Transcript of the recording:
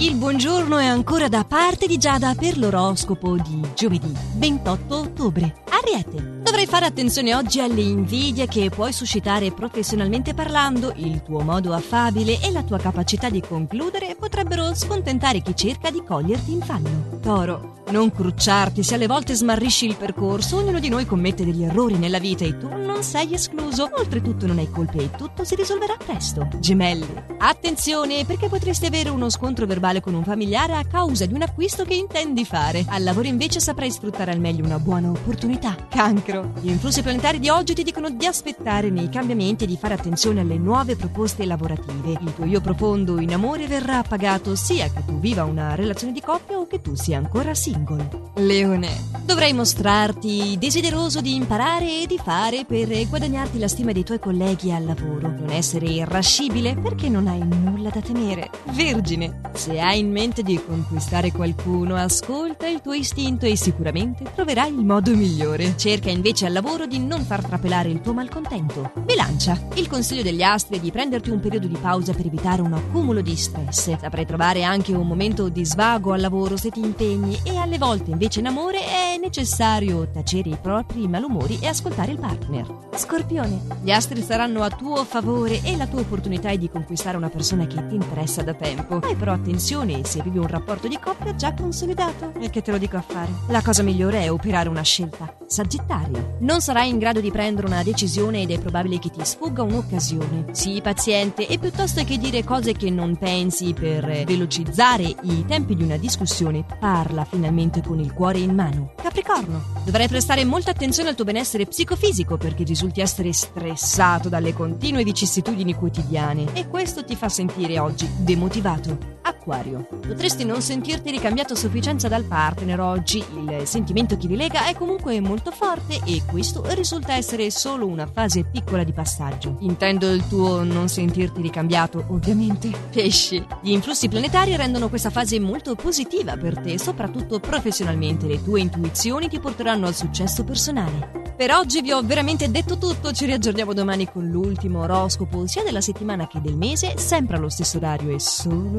Il buongiorno è ancora da parte di Giada per l'oroscopo di giovedì 28 ottobre. Ariete, dovrai fare attenzione oggi alle invidie che puoi suscitare professionalmente parlando. Il tuo modo affabile e la tua capacità di concludere potrebbero scontentare chi cerca di coglierti in fallo. Toro, non crucciarti se alle volte smarrisci il percorso. Ognuno di noi commette degli errori nella vita e tu non sei escluso. Oltretutto non hai colpe e tutto si risolverà presto. Gemelli, attenzione perché potresti avere uno scontro verbale con un familiare a causa di un acquisto che intendi fare. Al lavoro invece saprai sfruttare al meglio una buona opportunità. Cancro, gli influssi planetari di oggi ti dicono di aspettare nei cambiamenti e di fare attenzione alle nuove proposte lavorative. Il tuo io profondo in amore verrà pagato sia che tu viva una relazione di coppia o che tu sia ancora single. Leone, dovrai mostrarti desideroso di imparare e di fare per guadagnarti la stima dei tuoi colleghi al lavoro. Non essere irascibile perché non hai nulla da temere. Vergine, se hai in mente di conquistare qualcuno, ascolta il tuo istinto e sicuramente troverai il modo migliore. Cerca invece al lavoro di non far trapelare il tuo malcontento. Bilancia, il consiglio degli astri è di prenderti un periodo di pausa per evitare un accumulo di stress. Saprai trovare anche un momento di svago al lavoro se ti impegni, e alle volte invece in amore è necessario tacere i propri malumori e ascoltare il partner. Scorpione, gli astri saranno a tuo favore e la tua opportunità è di conquistare una persona che ti interessa da tempo. Hai però attenzione se vivi un rapporto di coppia già consolidato. E che te lo dico a fare? La cosa migliore è operare una scelta. Sagittario, non sarai in grado di prendere una decisione ed è probabile che ti sfugga un'occasione. Sii paziente e piuttosto che dire cose che non pensi per velocizzare i tempi di una discussione, parla finalmente con il cuore in mano. Capricorno, dovrai prestare molta attenzione al tuo benessere psicofisico perché risulti essere stressato dalle continue vicissitudini quotidiane e questo ti fa sentire oggi demotivato. Acquario, potresti non sentirti ricambiato a sufficienza dal partner oggi. Il sentimento che vi lega è comunque molto forte e questo risulta essere solo una fase piccola di passaggio. Intendo il tuo non sentirti ricambiato, ovviamente. Pesci, gli influssi planetari rendono questa fase molto positiva per te, soprattutto professionalmente. Le tue intuizioni ti porteranno al successo personale. Per oggi vi ho veramente detto tutto, ci riaggiorniamo domani con l'ultimo oroscopo sia della settimana che del mese, sempre allo stesso orario e solo